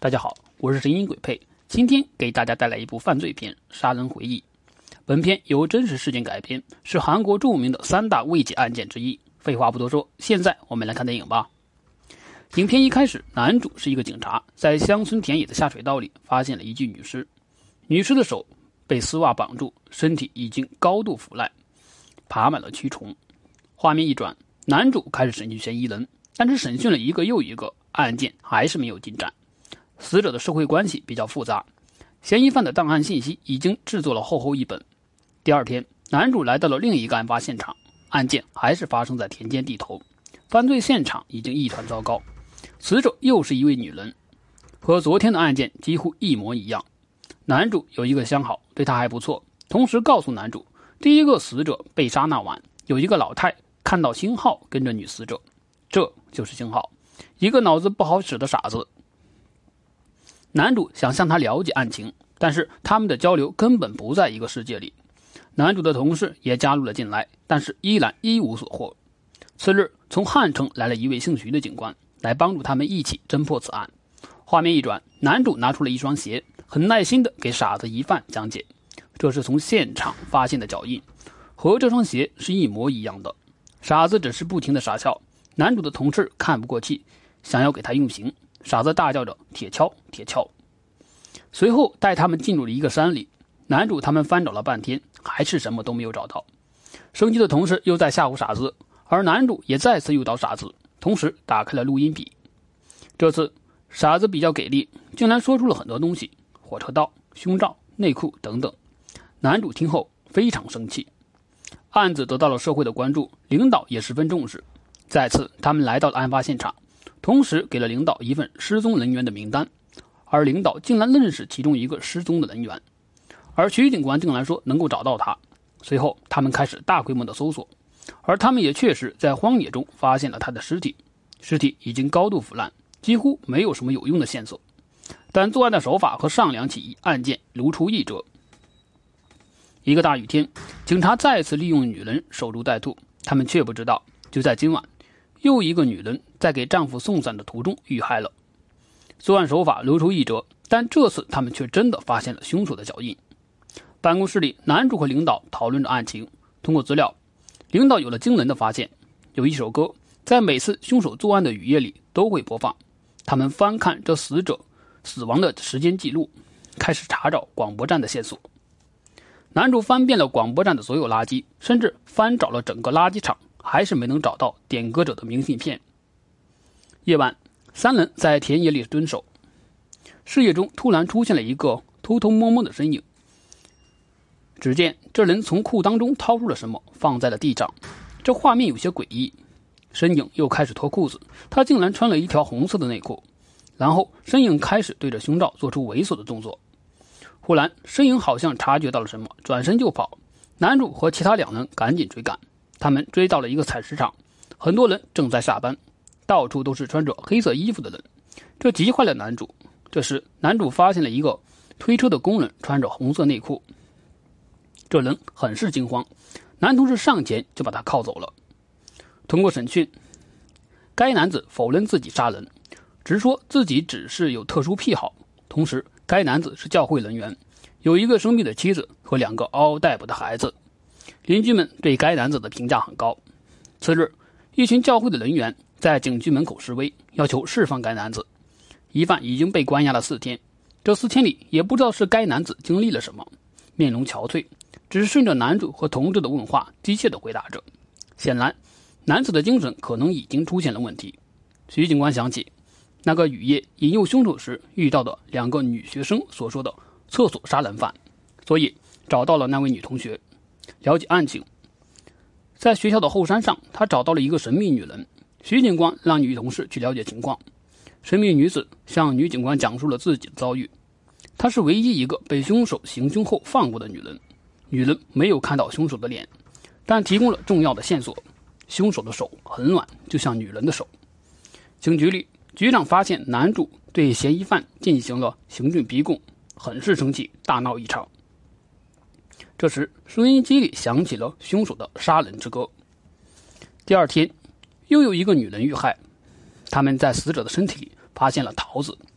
大家好，我是神医鬼配，今天给大家带来一部犯罪片《杀人回忆》。本片由真实事件改编，是韩国著名的3大未解案件之一。废话不多说，现在我们来看电影吧。影片一开始，男主是一个警察，在乡村田野的下水道里发现了一具女尸，女尸的手被丝袜绑住，身体已经高度腐烂，爬满了蛆虫。画面一转，男主开始审讯嫌疑人，但是审讯了一个又一个，案件还是没有进展。死者的社会关系比较复杂，嫌疑犯的档案信息已经制作了厚厚一本。第二天，男主来到了另一个案发现场，案件还是发生在田间地头，犯罪现场已经一团糟糕。死者又是一位女人，和昨天的案件几乎一模一样。男主有一个相好，对他还不错，同时告诉男主，第一个死者被杀那晚，有一个老太看到星号跟着女死者，这就是星号，一个脑子不好使的傻子。男主想向他了解案情，但是他们的交流根本不在一个世界里。男主的同事也加入了进来，但是依然一无所获。次日，从汉城来了一位姓徐的警官，来帮助他们一起侦破此案。画面一转，男主拿出了一双鞋，很耐心地给傻子疑犯讲解，这是从现场发现的脚印，和这双鞋是一模一样的。傻子只是不停地傻笑，男主的同事看不过气，想要给他用刑。傻子大叫着铁锹铁锹，随后带他们进入了一个山里。男主他们翻找了半天，还是什么都没有找到。生气的同事又在吓唬傻子，而男主也再次诱导傻子，同时打开了录音笔。这次傻子比较给力，竟然说出了很多东西，火车道、胸罩、内裤等等。男主听后非常生气。案子得到了社会的关注，领导也十分重视。再次他们来到了案发现场，同时给了领导一份失踪人员的名单，而领导竟然认识其中一个失踪的人员，而徐警官竟然说能够找到他。随后他们开始大规模的搜索，而他们也确实在荒野中发现了他的尸体，尸体已经高度腐烂，几乎没有什么有用的线索，但作案的手法和上两起案件如出一辙。一个大雨天，警察再次利用女人守株待兔，他们却不知道，就在今晚，又一个女人在给丈夫送伞的途中遇害了。作案手法如出一辙，但这次他们却真的发现了凶手的脚印。办公室里，男主和领导讨论着案情。通过资料，领导有了惊人的发现，有一首歌在每次凶手作案的雨夜里都会播放。他们翻看这死者死亡的时间记录，开始查找广播站的线索。男主翻遍了广播站的所有垃圾，甚至翻找了整个垃圾场，还是没能找到点歌者的明信片。夜晚，3人在田野里蹲守，视野中突然出现了一个偷偷摸摸的身影。只见这人从裤裆中掏出了什么，放在了地上，这画面有些诡异。身影又开始脱裤子，他竟然穿了一条红色的内裤，然后身影开始对着胸罩做出猥琐的动作。忽然身影好像察觉到了什么，转身就跑。男主和其他2人赶紧追赶，他们追到了一个采石场，很多人正在下班，到处都是穿着黑色衣服的人，这急坏了男主。这时男主发现了一个推车的工人穿着红色内裤，这人很是惊慌，男同事上前就把他铐走了。通过审讯，该男子否认自己杀人，直说自己只是有特殊癖好，同时该男子是教会人员，有一个生病的妻子和2个嗷嗷待哺的孩子。邻居们对该男子的评价很高。次日，一群教会的人员在警局门口示威，要求释放该男子。疑犯已经被关押了4天，这4天里也不知道是该男子经历了什么，面容憔悴，只是顺着男主和同志的问话机械地回答着。显然男子的精神可能已经出现了问题。徐警官想起那个雨夜引诱凶手时遇到的2个女学生所说的厕所杀人犯，所以找到了那位女同学，了解案情。在学校的后山上，他找到了一个神秘女人，徐警官让女同事去了解情况。神秘女子向女警官讲述了自己的遭遇，她是唯一一个被凶手行凶后放过的女人。女人没有看到凶手的脸，但提供了重要的线索，凶手的手很软，就像女人的手。警局里，局长发现男主对嫌疑犯进行了刑讯逼供，很是生气，大闹一场。这时收音机里响起了凶手的杀人之歌。第二天，又有一个女人遇害，他们在死者的身体里发现了桃子，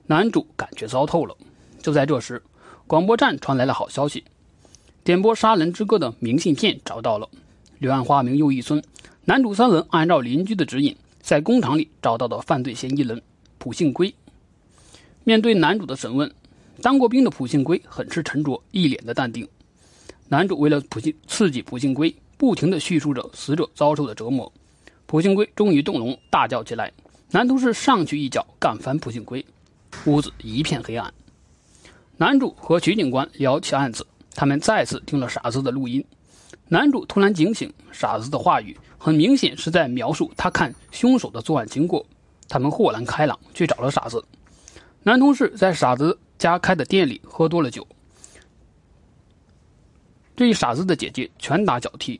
男主感觉糟透了。就在这时，广播站传来了好消息，点播杀人之歌的明信片找到了。柳暗花明又一村，男主三人按照邻居的指引，在工厂里找到了犯罪嫌疑人朴信圭。面对男主的审问，当过兵的朴信圭很是沉着，一脸的淡定。男主为了刺激朴信圭，不停地叙述着死者遭受的折磨。朴信圭终于动容，大叫起来。男同事上去一脚干翻朴信圭，屋子一片黑暗。男主和徐警官聊起案子，他们再次听了傻子的录音。男主突然警醒，傻子的话语很明显是在描述他看凶手的作案经过。他们豁然开朗，去找了傻子。男同事在傻子家开的店里喝多了酒，对傻子的姐姐拳打脚踢。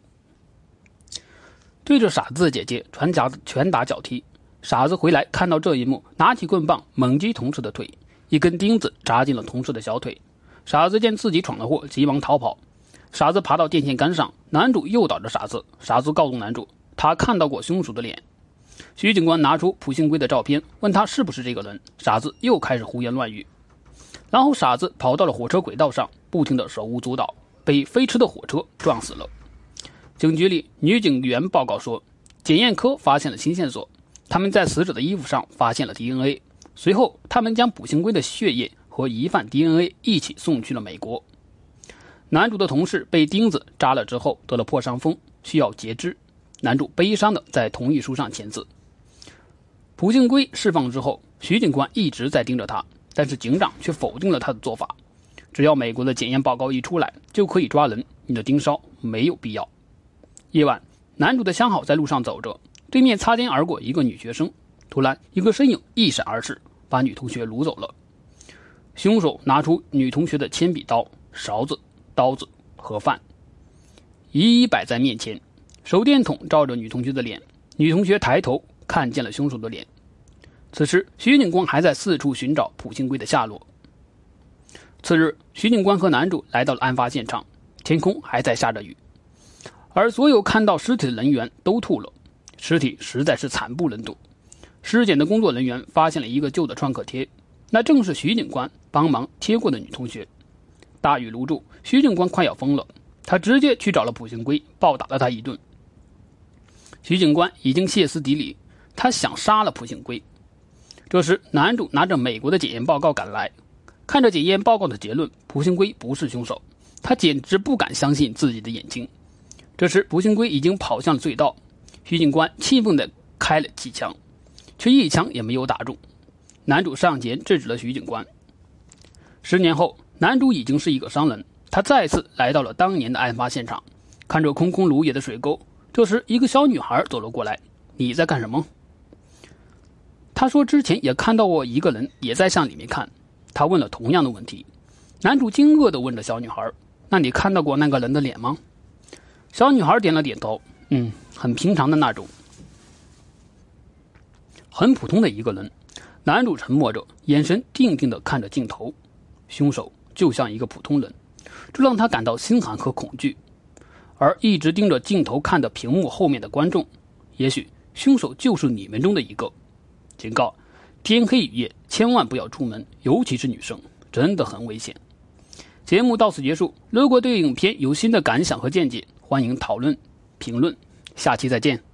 傻子回来看到这一幕，拿起棍棒猛击同事的腿，一根钉子扎进了同事的小腿。傻子见自己闯了祸，急忙逃跑。傻子爬到电线杆上，男主诱导着傻子。傻子告诉男主，他看到过凶手的脸。徐警官拿出朴信圭的照片，问他是不是这个人。傻子又开始胡言乱语。然后傻子跑到了火车轨道上，不停地手舞足蹈，被飞驰的火车撞死了。警局里，女警员报告说，检验科发现了新线索，他们在死者的衣服上发现了 DNA。随后，他们将朴信圭的血液和疑犯 DNA 一起送去了美国。男主的同事被钉子扎了之后得了破伤风，需要截肢。男主悲伤地在同意书上签字。朴信圭释放之后，徐警官一直在盯着他，但是警长却否定了他的做法。只要美国的检验报告一出来，就可以抓人，你的盯梢没有必要。夜晚，男主的相好在路上走着，对面擦肩而过一个女学生，突然一个身影一闪而逝，把女同学掳走了。凶手拿出女同学的铅笔刀、勺子、刀子和饭，一一摆在面前。手电筒照着女同学的脸，女同学抬头看见了凶手的脸。此时，徐警官还在四处寻找朴信圭的下落。次日，徐警官和男主来到了案发现场，天空还在下着雨，而所有看到尸体的人员都吐了，尸体实在是惨不忍睹。尸检的工作人员发现了一个旧的创可贴，那正是徐警官帮忙贴过的女同学。大雨如注，徐警官快要疯了，他直接去找了朴信圭，暴打了他一顿。徐警官已经歇斯底里，他想杀了朴信圭。这时，男主拿着美国的检验报告赶来，看着检验报告的结论，朴信圭不是凶手，他简直不敢相信自己的眼睛。这时，朴信圭已经跑向了隧道，徐警官气愤地开了几枪，却一枪也没有打中。男主上前制止了徐警官。10年后，男主已经是一个商人，他再次来到了当年的案发现场，看着空空如也的水沟。这时，一个小女孩走了过来：“你在干什么？”他说之前也看到过一个人也在向里面看。他问了同样的问题。男主惊愕地问着小女孩：“那你看到过那个人的脸吗？”小女孩点了点头：“很平常的那种，很普通的一个人。”男主沉默着，眼神定定地看着镜头。凶手就像一个普通人，这让他感到心寒和恐惧。而一直盯着镜头看的屏幕后面的观众，也许凶手就是你们中的一个。警告：天黑雨夜千万不要出门，尤其是女生，真的很危险。节目到此结束，如果对影片有新的感想和见解，欢迎讨论评论，下期再见。